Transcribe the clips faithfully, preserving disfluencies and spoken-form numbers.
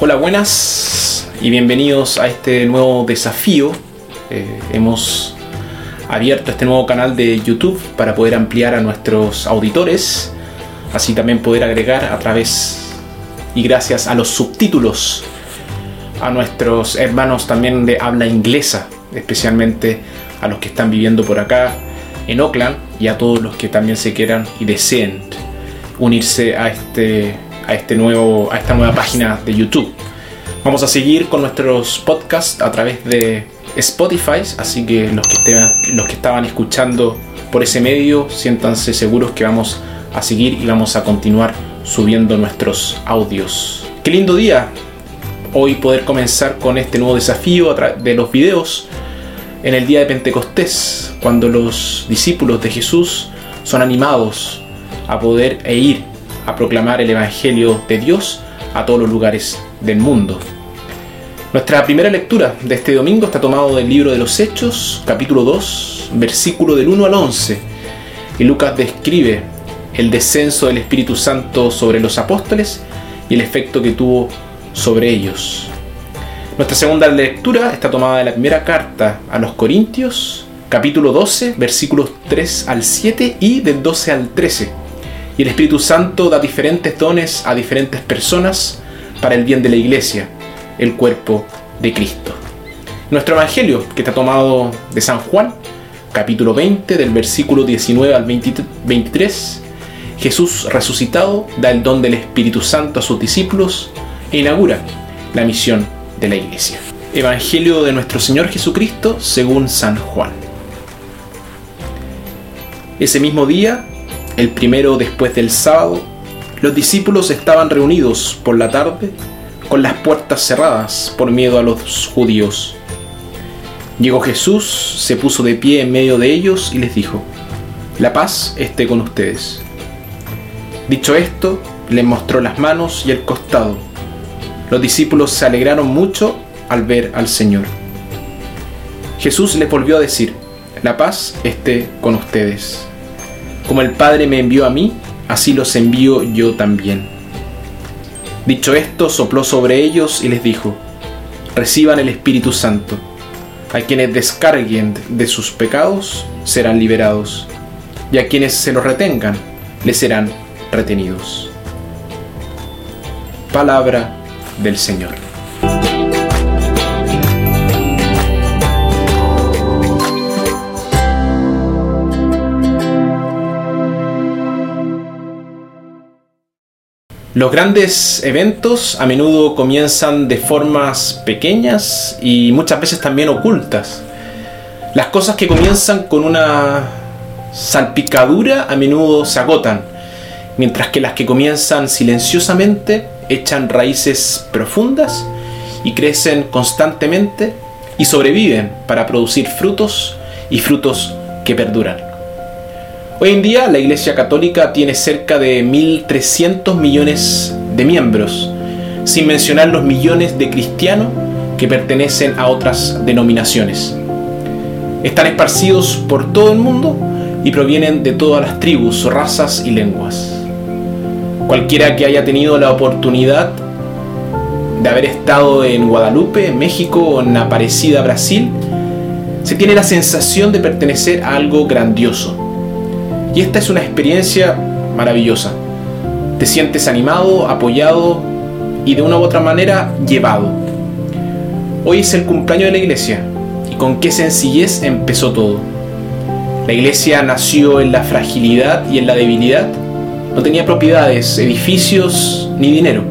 Hola, buenas y bienvenidos a este nuevo desafío. Eh, hemos abierto este nuevo canal de YouTube para poder ampliar a nuestros auditores, así también poder agregar a través y gracias a los subtítulos a nuestros hermanos también de habla inglesa, especialmente a los que están viviendo por acá en Oakland y a todos los que también se quieran y deseen unirse a este a este nuevo a esta nueva página de YouTube. Vamos a seguir con nuestros podcasts a través de Spotify, así que los que estén, los que estaban escuchando por ese medio, siéntanse seguros que vamos a seguir y vamos a continuar subiendo nuestros audios. Qué lindo día hoy poder comenzar con este nuevo desafío a través de los videos en el día de Pentecostés, cuando los discípulos de Jesús son animados a poder e ir a proclamar el Evangelio de Dios a todos los lugares del mundo. Nuestra primera lectura de este domingo está tomado del libro de los Hechos, capítulo dos, versículo del uno al once. Y Lucas describe el descenso del Espíritu Santo sobre los apóstoles y el efecto que tuvo sobre ellos. Nuestra segunda lectura está tomada de la primera carta a los Corintios, capítulo doce, versículos tres al siete y del doce al trece. Y el Espíritu Santo da diferentes dones a diferentes personas para el bien de la iglesia, el cuerpo de Cristo. Nuestro Evangelio, que está tomado de San Juan, capítulo veinte, del versículo diecinueve al veintitrés, Jesús resucitado da el don del Espíritu Santo a sus discípulos e inaugura la misión de la iglesia. Evangelio de nuestro Señor Jesucristo según San Juan. Ese mismo día, el primero después del sábado, los discípulos estaban reunidos por la tarde con las puertas cerradas por miedo a los judíos. Llegó Jesús, se puso de pie en medio de ellos y les dijo: «La paz esté con ustedes». Dicho esto, les mostró las manos y el costado. Los discípulos se alegraron mucho al ver al Señor. Jesús les volvió a decir: «La paz esté con ustedes. Como el Padre me envió a mí, así los envío yo también». Dicho esto, sopló sobre ellos y les dijo: «Reciban el Espíritu Santo. A quienes descarguen de sus pecados serán liberados, y a quienes se los retengan les serán retenidos». Palabra del Señor. Los grandes eventos a menudo comienzan de formas pequeñas y muchas veces también ocultas. Las cosas que comienzan con una salpicadura a menudo se agotan, mientras que las que comienzan silenciosamente echan raíces profundas y crecen constantemente y sobreviven para producir frutos y frutos que perduran. Hoy en día la Iglesia Católica tiene cerca de mil trescientos millones de miembros, sin mencionar los millones de cristianos que pertenecen a otras denominaciones. Están esparcidos por todo el mundo y provienen de todas las tribus, razas y lenguas. Cualquiera que haya tenido la oportunidad de haber estado en Guadalupe, México o en Aparecida, Brasil, se tiene la sensación de pertenecer a algo grandioso. Y esta es una experiencia maravillosa. Te sientes animado, apoyado y de una u otra manera llevado. Hoy es el cumpleaños de la iglesia y con qué sencillez empezó todo. La iglesia nació en la fragilidad y en la debilidad. No tenía propiedades, edificios ni dinero.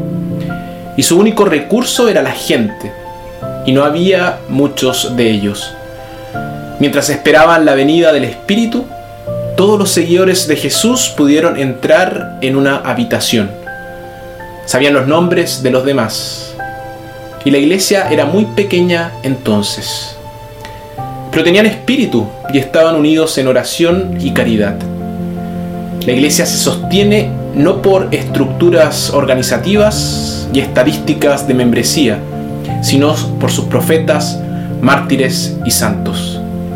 Y su único recurso era la gente. Y no había muchos de ellos. Mientras esperaban la venida del Espíritu, todos los seguidores de Jesús pudieron entrar en una habitación. Sabían los nombres de los demás. Y la iglesia era muy pequeña entonces. Pero tenían espíritu y estaban unidos en oración y caridad. La iglesia se sostiene no por estructuras organizativas y estadísticas de membresía, sino por sus profetas, mártires y santos.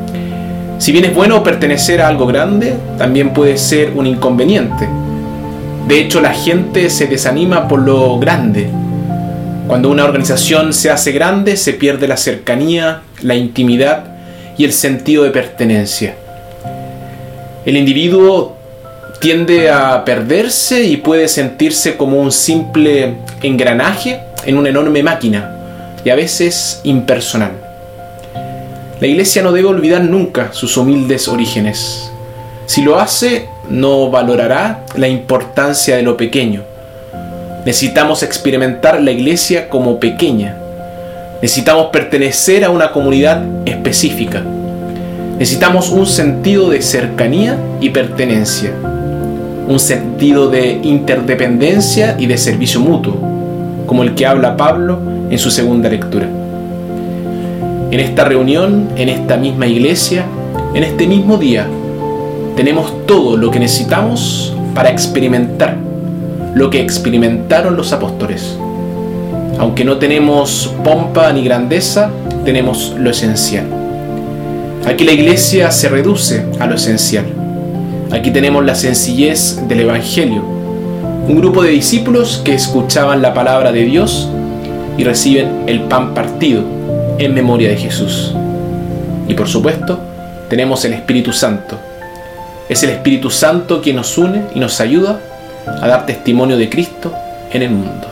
Si bien es bueno pertenecer a algo grande, también puede ser un inconveniente. De hecho, la gente se desanima por lo grande. Cuando una organización se hace grande, se pierde la cercanía, la intimidad y el sentido de pertenencia. El individuo tiende a perderse y puede sentirse como un simple engranaje en una enorme máquina, y a veces impersonal. La Iglesia no debe olvidar nunca sus humildes orígenes. Si lo hace, no valorará la importancia de lo pequeño. Necesitamos experimentar la Iglesia como pequeña. Necesitamos pertenecer a una comunidad específica. Necesitamos un sentido de cercanía y pertenencia. Un sentido de interdependencia y de servicio mutuo, como el que habla Pablo en su segunda lectura. En esta reunión, en esta misma iglesia, en este mismo día, tenemos todo lo que necesitamos para experimentar lo que experimentaron los apóstoles. Aunque no tenemos pompa ni grandeza, tenemos lo esencial. Aquí la iglesia se reduce a lo esencial. Aquí tenemos la sencillez del Evangelio. Un grupo de discípulos que escuchaban la palabra de Dios y reciben el pan partido en memoria de Jesús. Y por supuesto, tenemos el Espíritu Santo. Es el Espíritu Santo quien nos une y nos ayuda a dar testimonio de Cristo en el mundo.